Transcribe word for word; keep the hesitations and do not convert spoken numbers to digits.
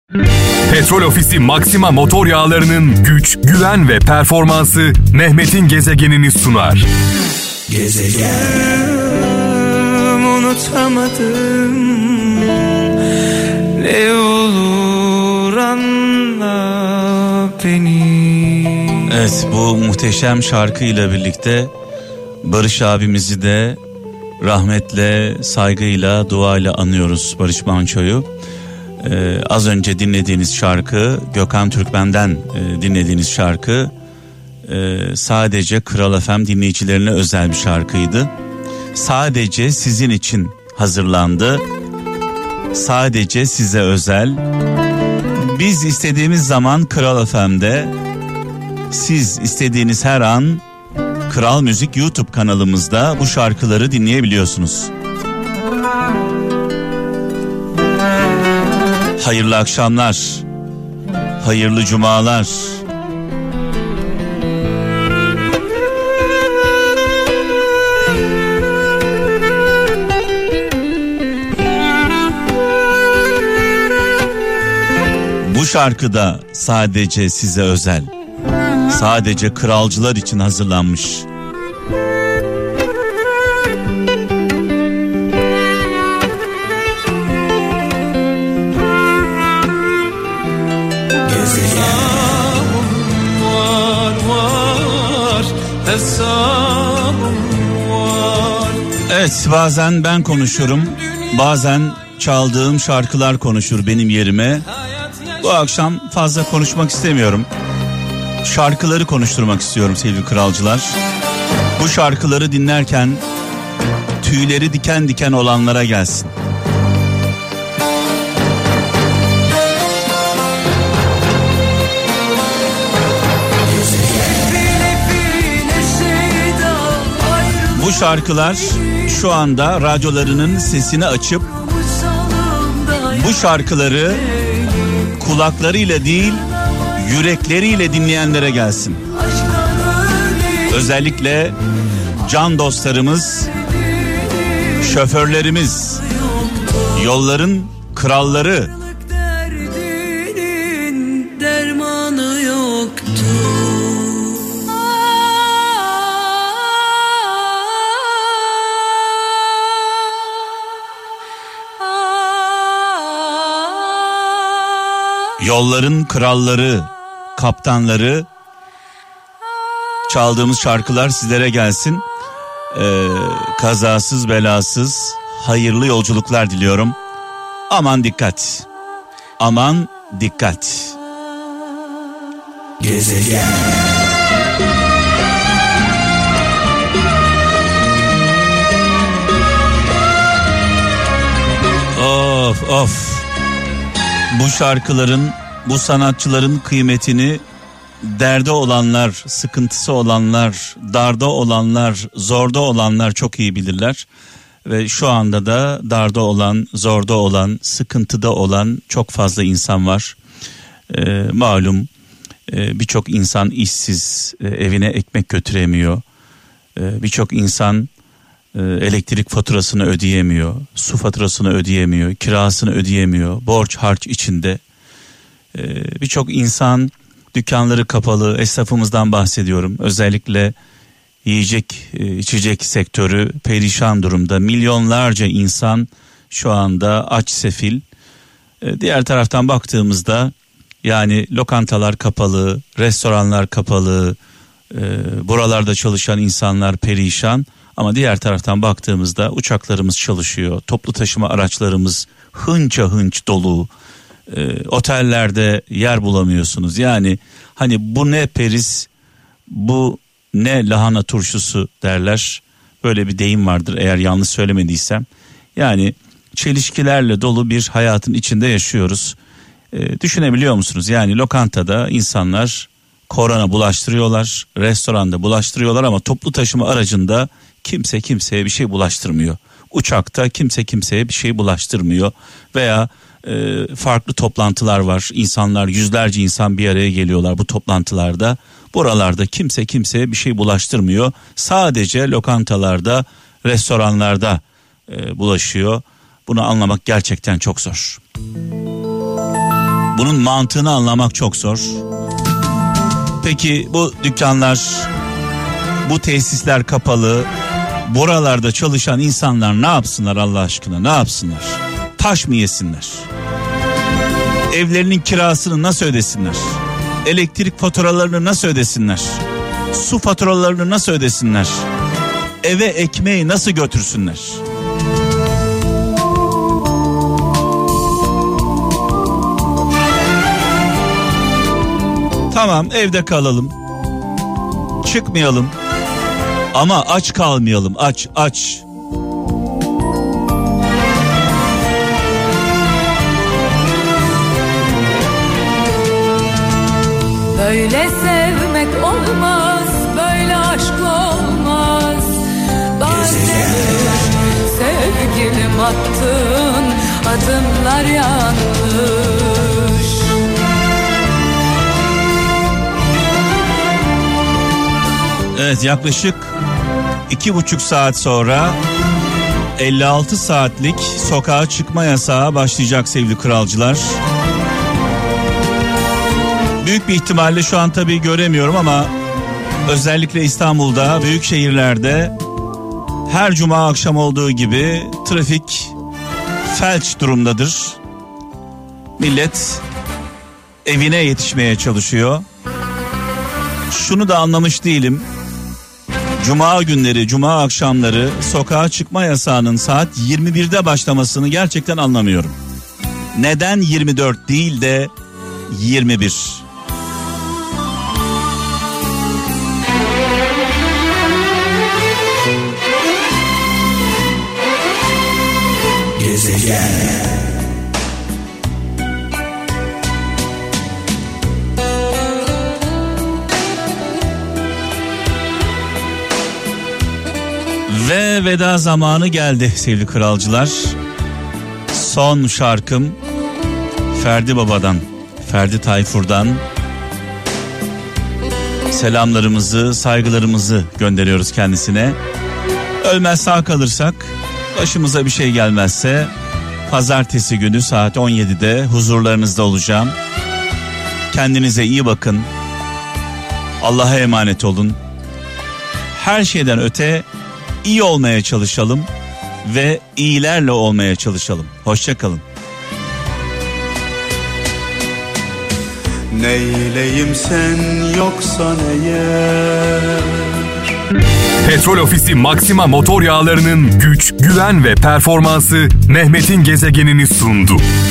Petrol Ofisi Maxima motor yağlarının güç, güven ve performansı Mehmet'in gezegenini sunar. Gezegen. Unutamadım. Ne olur anla beni. Evet, bu muhteşem şarkıyla birlikte Barış abimizi de rahmetle, saygıyla, duayla anıyoruz, Barış Manço'yu. Ee, az önce dinlediğiniz şarkı, Gökhan Türkmen'den e, dinlediğiniz şarkı e, sadece Kral F M dinleyicilerine özel bir şarkıydı. Sadece sizin için hazırlandı. Sadece size özel. Biz istediğimiz zaman Kral F M'de, siz istediğiniz her an Kral Müzik YouTube kanalımızda bu şarkıları dinleyebiliyorsunuz. Hayırlı akşamlar, hayırlı cumalar. Bu şarkıda sadece size özel, sadece kralcılar için hazırlanmış. Evet, bazen ben konuşurum, bazen çaldığım şarkılar konuşur benim yerime. Bu akşam fazla konuşmak istemiyorum. Şarkıları konuşturmak istiyorum sevgili kralcılar. Bu şarkıları dinlerken tüyleri diken diken olanlara gelsin. Bu şarkılar şu anda radyolarının sesini açıp bu şarkıları kulaklarıyla değil, yürekleriyle dinleyenlere gelsin. Özellikle can dostlarımız, şoförlerimiz, yolların kralları. Yolların kralları, kaptanları, çaldığımız şarkılar sizlere gelsin. Ee, kazasız belasız hayırlı yolculuklar diliyorum. Aman dikkat, aman dikkat. Gezegen. Of of. Bu şarkıların, bu sanatçıların kıymetini derde olanlar, sıkıntısı olanlar, darda olanlar, zorda olanlar çok iyi bilirler. Ve şu anda da darda olan, zorda olan, sıkıntıda olan çok fazla insan var. Ee, malum e, birçok insan işsiz, e, evine ekmek götüremiyor. E, birçok insan e, elektrik faturasını ödeyemiyor, su faturasını ödeyemiyor, kirasını ödeyemiyor, borç harç içinde. E, birçok insan dükkanları kapalı, esnafımızdan bahsediyorum. Özellikle yiyecek, içecek sektörü perişan durumda. Milyonlarca insan şu anda aç, sefil. Diğer taraftan baktığımızda yani lokantalar kapalı, restoranlar kapalı, buralarda çalışan insanlar perişan. Ama diğer taraftan baktığımızda uçaklarımız çalışıyor, toplu taşıma araçlarımız hınça hınç dolu. Otellerde yer bulamıyorsunuz. Yani hani bu ne periz, bu ne lahana turşusu derler. Böyle bir deyim vardır eğer yanlış söylemediysem. Yani çelişkilerle dolu bir hayatın içinde yaşıyoruz. E, düşünebiliyor musunuz? Yani lokantada insanlar korona bulaştırıyorlar, restoranda bulaştırıyorlar ama toplu taşıma aracında kimse kimseye bir şey bulaştırmıyor. Uçakta kimse kimseye bir şey bulaştırmıyor veya e, farklı toplantılar var. İnsanlar, yüzlerce insan bir araya geliyorlar bu toplantılarda. Buralarda kimse kimseye bir şey bulaştırmıyor. Sadece lokantalarda, restoranlarda e, bulaşıyor. Bunu anlamak gerçekten çok zor. Bunun mantığını anlamak çok zor. Peki bu dükkanlar, bu tesisler kapalı, buralarda çalışan insanlar ne yapsınlar Allah aşkına, ne yapsınlar? Taş mı yesinler? Evlerinin kirasını nasıl ödesinler? Elektrik faturalarını nasıl ödesinler? Su faturalarını nasıl ödesinler? Eve ekmeği nasıl götürsünler? Tamam, evde kalalım, çıkmayalım ama aç kalmayalım, aç aç. Böyle sevmek olmaz, böyle aşk olmaz. Bazen sevgilim attın adımlar yanlış. Evet, yaklaşık iki buçuk saat sonra elli altı saatlik sokağa çıkma yasağı başlayacak sevgili kralcılar. Büyük bir ihtimalle şu an tabii göremiyorum ama özellikle İstanbul'da, büyük şehirlerde her cuma akşam olduğu gibi trafik felç durumdadır. Millet evine yetişmeye çalışıyor. Şunu da anlamış değilim. Cuma günleri, cuma akşamları sokağa çıkma yasağının saat yirmi birde başlamasını gerçekten anlamıyorum. Neden yirmi dört değil de yirmi bir? Gezegen. Ve veda zamanı geldi sevgili kralcılar. Son şarkım Ferdi Baba'dan, Ferdi Tayfur'dan selamlarımızı, saygılarımızı gönderiyoruz kendisine. Ölmez sağ kalırsak, başımıza bir şey gelmezse pazartesi günü saat on yedide huzurlarınızda olacağım. Kendinize iyi bakın. Allah'a emanet olun. Her şeyden öte iyi olmaya çalışalım ve iyilerle olmaya çalışalım. Hoşça kalın. Neyleyim sen yoksan eğer. Petrol Ofisi Maxima motor yağlarının güç, güven ve performansı Mehmet'in gezegenini sundu.